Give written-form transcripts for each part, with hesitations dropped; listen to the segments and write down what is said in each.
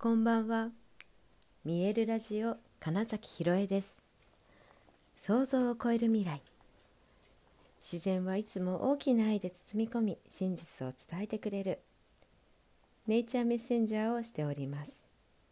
こんばんは。見えるラジオ金崎ひろえです。想像を超える未来。自然はいつも大きな愛で包み込み、真実を伝えてくれるネイチャーメッセンジャーをしております。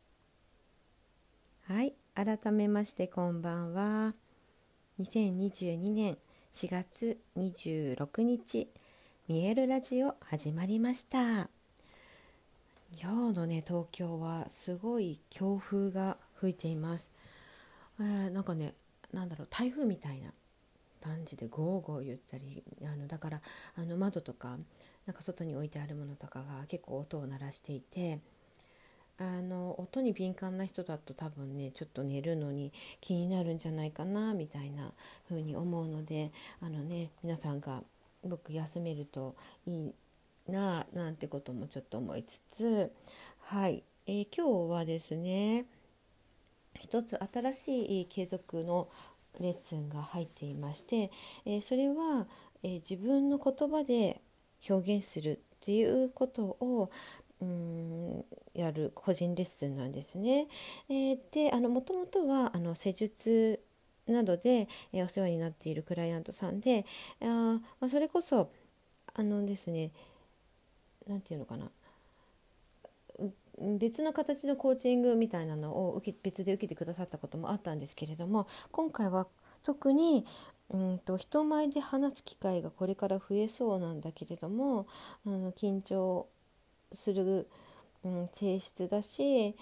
はい、改めましてこんばんは。2022年4月26日、見えるラジオ始まりました。今日のね、東京はすごい強風が吹いています。なんかね、台風みたいな感じでゴーゴー言ったり、だから窓とか外に置いてあるものとかが結構音を鳴らしていて、音に敏感な人だと多分ね、ちょっと寝るのに気になるんじゃないかなみたいな風に思うので、皆さんが僕休めるといいななんてこともちょっと思いつつ、はい、今日はですね、一つ新しい継続のレッスンが入っていまして、それは、自分の言葉で表現するっていうことをやる個人レッスンなんですね。で、もともとは施術などで、お世話になっているクライアントさんで、それこそですね、なんていうのかな、別の形のコーチングみたいなのを別で受けてくださったこともあったんですけれども、今回は特に人前で話す機会がこれから増えそうなんだけれども、緊張する、性質だし、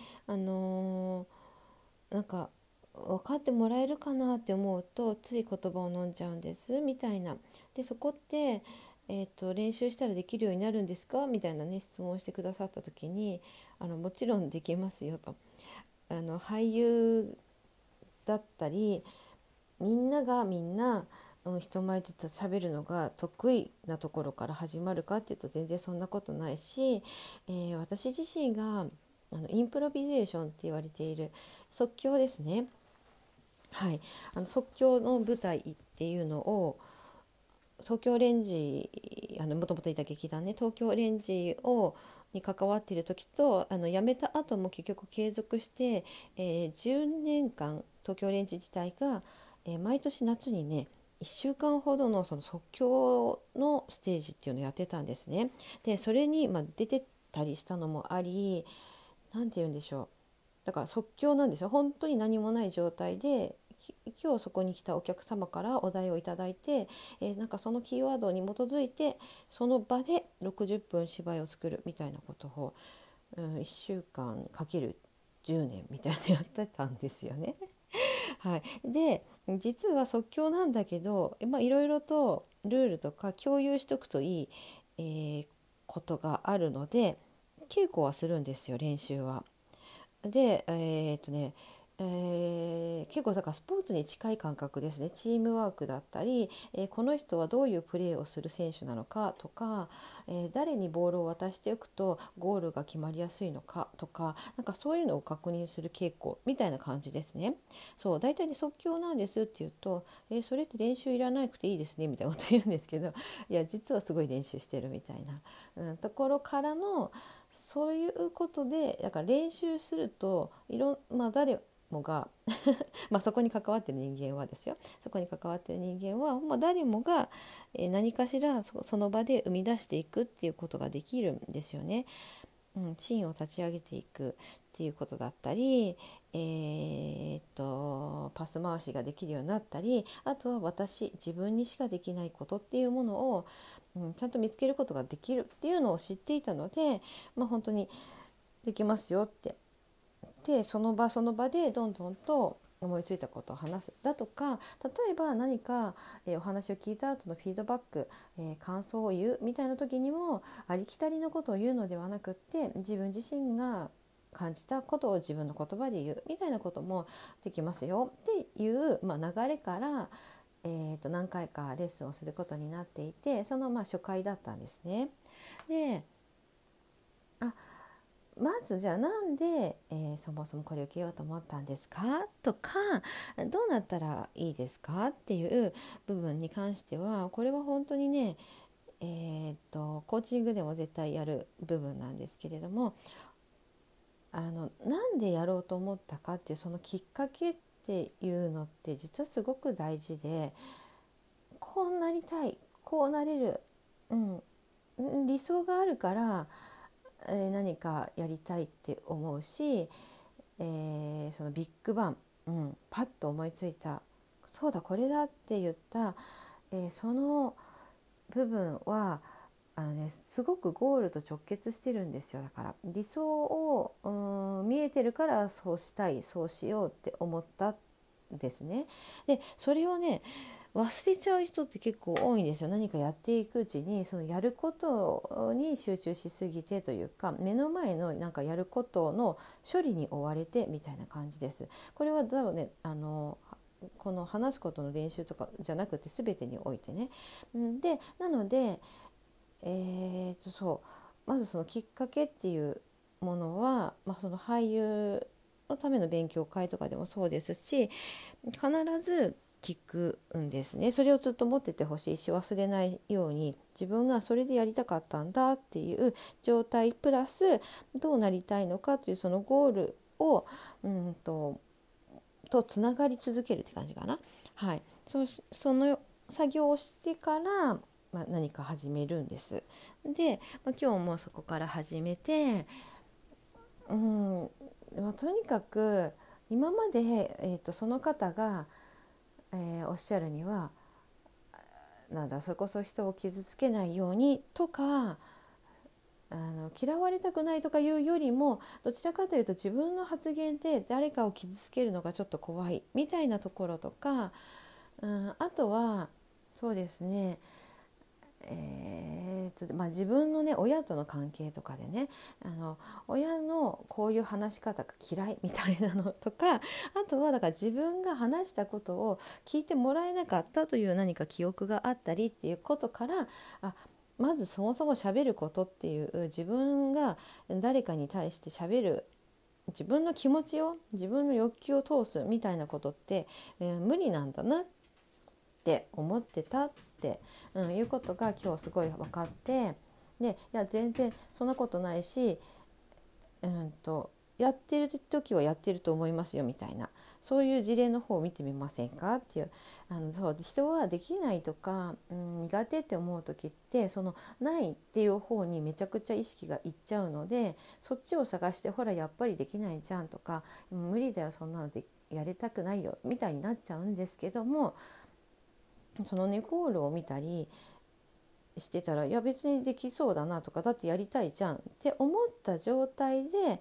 なんか分かってもらえるかなって思うとつい言葉を飲んじゃうんですみたいな。でそこって、練習したらできるようになるんですかみたいなね、質問をしてくださった時に、もちろんできますよと。俳優だったり、みんながみんな人前で喋るのが得意なところから始まるかっていうと全然そんなことないし、私自身がインプロビゼーションって言われている即興ですね。はい、即興の舞台っていうのを東京レンジ、もともといた劇団ね、東京レンジに関わっている時と辞めた後も結局継続して、10年間東京レンジ自体が、毎年夏にね1週間ほどのその即興のステージっていうのをやってたんですね。でそれに、出てたりしたのもあり、なんて言うんでしょう、だから即興なんですよ。本当に何もない状態で今日そこに来たお客様からお題をいただいて、そのキーワードに基づいてその場で60分芝居を作るみたいなことを、1週間かける10年みたいなやってたんですよね。はい、で実は即興なんだけど、いろいろとルールとか共有しとくといい、ことがあるので稽古はするんですよ、練習は。で、結構だからスポーツに近い感覚ですね。チームワークだったり、この人はどういうプレーをする選手なのかとか、誰にボールを渡しておくとゴールが決まりやすいのかとか、そういうのを確認する稽古みたいな感じですね。そう、大体ね即興なんですって言うと、それって練習いらなくていいですねみたいなこと言うんですけど、いや実はすごい練習してるみたいな、ところからの、そういうことでだから練習すると誰もがそこに関わっている人間はですよ、そこに関わっている人間は誰もが何かしらその場で生み出していくっていうことができるんですよね。シーンを立ち上げていくっていうことだったり、パス回しができるようになったり、あとは自分にしかできないことっていうものを、ちゃんと見つけることができるっていうのを知っていたので、本当にできますよって。でその場その場でどんどんと思いついたことを話すだとか、例えば何か、お話を聞いた後のフィードバック、感想を言うみたいな時にもありきたりのことを言うのではなくって、自分自身が感じたことを自分の言葉で言うみたいなこともできますよっていう、流れから、何回かレッスンをすることになっていて、その初回だったんですね。でまずじゃあなんで、そもそもこれを受けようと思ったんですかとか、どうなったらいいですかっていう部分に関しては、これは本当にね、コーチングでも絶対やる部分なんですけれども、 なんでやろうと思ったかっていうそのきっかけっていうのって実はすごく大事で、こうなりたい、こうなれる、理想があるから、何かやりたいって思うし、そのビッグバン、パッと思いついた、そうだこれだって言った、その部分はすごくゴールと直結してるんですよ。だから理想を見えてるからそうしたい、そうしようって思ったんですね。でそれをね忘れちゃう人って結構多いんですよ。何かやっていくうちにそのやることに集中しすぎてというか、目の前のなんかやることの処理に追われてみたいな感じです。これは多分ねこの話すことの練習とかじゃなくて全てにおいてね。でなのでまずそのきっかけっていうものは、その俳優のための勉強会とかでもそうですし、必ず聞くんですね。それをずっと持っててほしいし、忘れないように、自分がそれでやりたかったんだっていう状態プラスどうなりたいのかというそのゴールをとつながり続けるって感じかな。はい、その作業をしてから、何か始めるんです。で、今日もそこから始めて、とにかく今まで、その方が、おっしゃるにはそれこそ人を傷つけないようにとか、嫌われたくないとかいうよりも、どちらかというと自分の発言で誰かを傷つけるのがちょっと怖いみたいなところとか、あとはそうですね、自分のね親との関係とかでね、親のこういう話し方が嫌いみたいなのとか、あとはだから自分が話したことを聞いてもらえなかったという何か記憶があったりっていうことから、まずそもそも喋ることっていう、自分が誰かに対して喋る、自分の気持ちを、自分の欲求を通すみたいなことって、無理なんだなって思ってたって、いうことが今日すごい分かって、でいや全然そんなことないし、やってる時はやってると思いますよみたいな、そういう事例の方を見てみませんかっていう、そう人はできないとか、苦手って思う時ってそのないっていう方にめちゃくちゃ意識がいっちゃうので、そっちを探して、ほらやっぱりできないじゃんとか、無理だよそんなのでやりたくないよみたいになっちゃうんですけども、そのネコールを見たりしてたら、いや別にできそうだなとか、だってやりたいじゃんって思った状態で、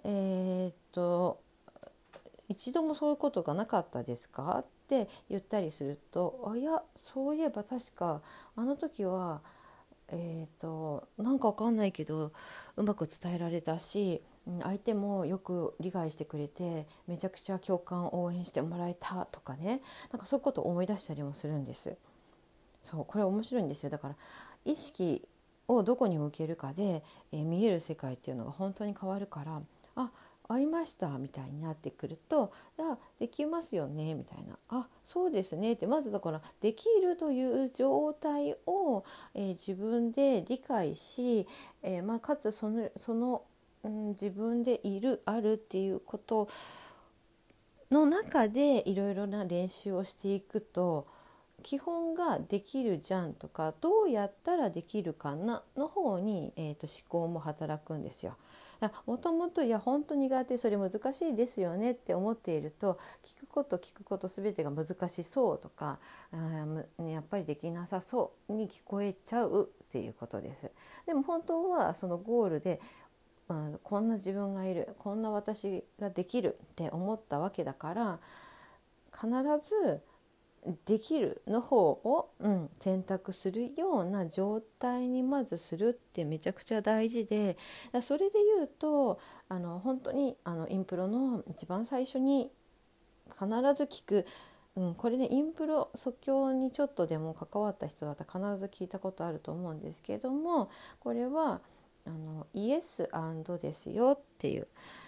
一度もそういうことがなかったですかって言ったりすると、いやそういえば確かあの時はなんかわかんないけどうまく伝えられたし、相手もよく理解してくれてめちゃくちゃ共感応援してもらえたとかね、なんかそういうことを思い出したりもするんです。そうこれ面白いんですよ。だから意識をどこに向けるかで、見える世界っていうのが本当に変わるから、ありましたみたいになってくると、できますよねみたいな、そうですねって、まずだからできるという状態を、自分で理解し、かつその、自分であるっていうことの中でいろいろな練習をしていくと、基本ができるじゃんとか、どうやったらできるかなの方に、思考も働くんですよ。もともといや本当に苦手、それ難しいですよねって思っていると、聞くこと全てが難しそうとか、やっぱりできなさそうに聞こえちゃうっていうことです。でも本当はそのゴールで、こんな自分がいる、こんな私ができるって思ったわけだから、必ずできるの方を、選択するような状態にまずするってめちゃくちゃ大事で、それで言うと本当にインプロの一番最初に必ず聞く、これねインプロ即興にちょっとでも関わった人だったら必ず聞いたことあると思うんですけども、これはイエス&ですよっていう、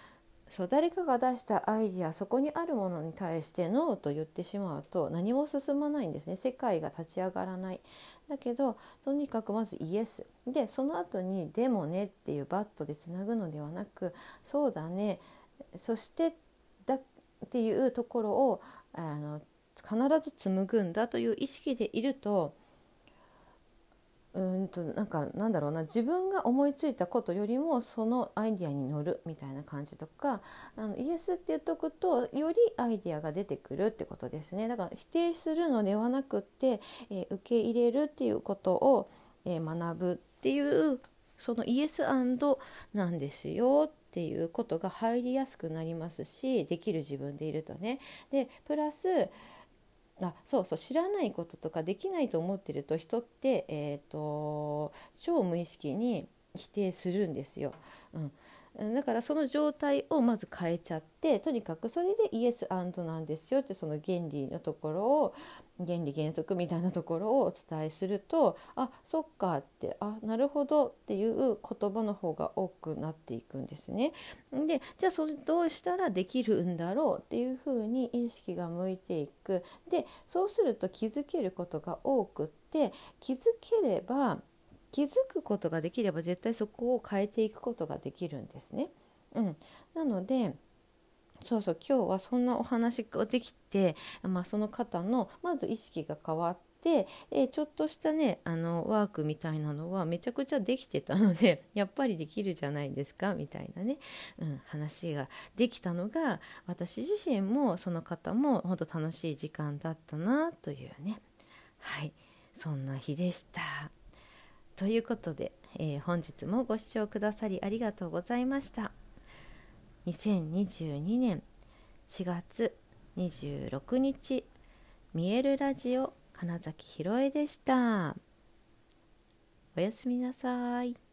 そう誰かが出したアイディア、そこにあるものに対してノーと言ってしまうと何も進まないんですね。世界が立ち上がらない。だけどとにかくまずイエスで、その後にでもねっていうバットでつなぐのではなく、そうだね、そしてだっていうところを必ず紡ぐんだという意識でいると、なんだろうな、自分が思いついたことよりもそのアイディアに乗るみたいな感じとか、イエスって言っとくとよりアイディアが出てくるってことですね。だから否定するのではなくって、受け入れるっていうことを、学ぶっていう、そのイエスなんですよっていうことが入りやすくなりますし、できる自分でいるとね。でプラスそうそう、知らないこととかできないと思ってると人って、超無意識に否定するんですよ、だからその状態をまず変えちゃって、とにかくそれでイエスなんですよって、その原理のところを、原理原則みたいなところをお伝えすると、そっかって、なるほどっていう言葉の方が多くなっていくんですね。でじゃあどうしたらできるんだろうっていうふうに意識が向いていく。でそうすると気づけることが多くって、気づくことができれば絶対そこを変えていくことができるんですね。なので今日はそんなお話ができて、その方のまず意識が変わって、ちょっとしたねワークみたいなのはめちゃくちゃできてたのでやっぱりできるじゃないですかみたいなね、話ができたのが、私自身もその方も本当楽しい時間だったなというね、そんな日でした。ということで、本日もご視聴くださりありがとうございました。2022年4月26日、見えるラジオ金崎ひろえでした。おやすみなさい。